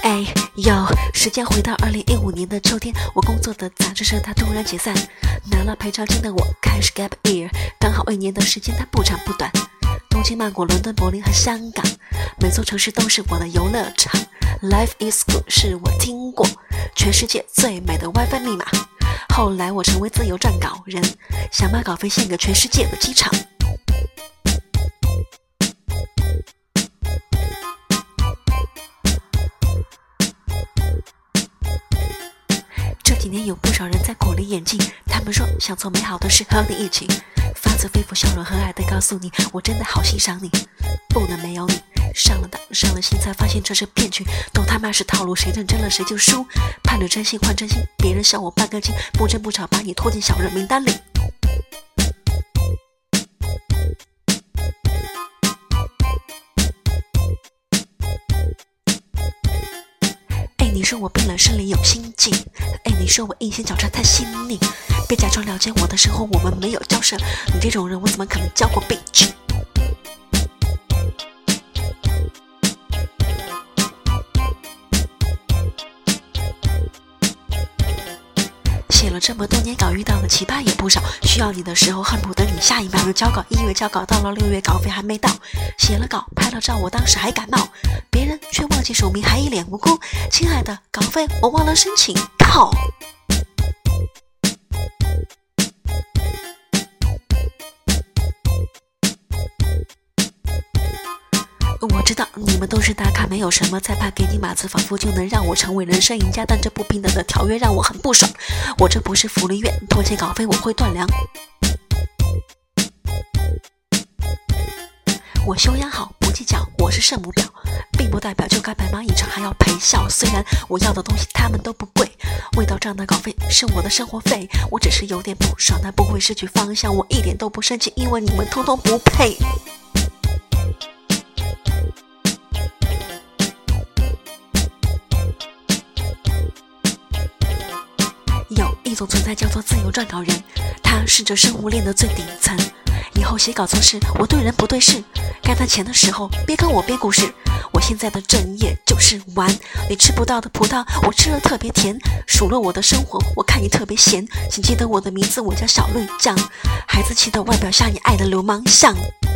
哎呦，时间回到2015年的秋天，我工作的杂志社它突然解散，拿了赔偿金的我开始 gap year， 刚好1年的时间它不长不短，东京、曼谷、伦敦、柏林和香港，每座城市都是我的游乐场。Life is good 是我听过全世界最美的 WiFi 密码。后来我成为自由撰稿人，想把稿费献给全世界的机场。这几年有不少人在鼓励眼镜，他们说想做美好的事和你一起，发自肺腑笑容和蔼地告诉你，我真的好欣赏你，不能没有你。上了当上了心才发现这是骗局，都他妈是套路，谁认真了谁就输，盼着真心换真心，别人笑我半根筋，不争不吵把你拖进小人名单里。你说我冰冷生理有心计，你说我阴险狡诈太细腻，别假装了解我的生活，我们没有交涉，你这种人我怎么可能交过 bitch。 写了这么多年稿，遇到的奇葩也不少，需要你的时候恨不得你下一秒就交稿，1月交稿到了6月稿费还没到，写了稿拍了照我当时还感冒，别人却忘记署名还一脸无辜，亲爱的稿费我忘了申请，靠！我知道你们都是大咖，没有什么再怕给你码字，仿佛就能让我成为人生赢家，但这不平等的条约让我很不爽，我这不是福利院，拖欠稿费我会断粮。我修养好不计较，我是圣母婊，并不代表就该白忙一场还要陪笑，虽然我要的东西他们都不贵，未到账的稿费是我的生活费，我只是有点不爽，但不会失去方向，我一点都不生气，因为你们通通不配。有一种存在叫做自由撰稿人，他是这生物链的最顶层，以后写稿做事我对人不对事，该谈钱的时候别跟我编故事，我现在的正业就是玩，你吃不到的葡萄我吃了特别甜，数落我的生活我看你特别闲，请记得我的名字，我叫小绿酱，孩子气的外表像你爱的流氓像。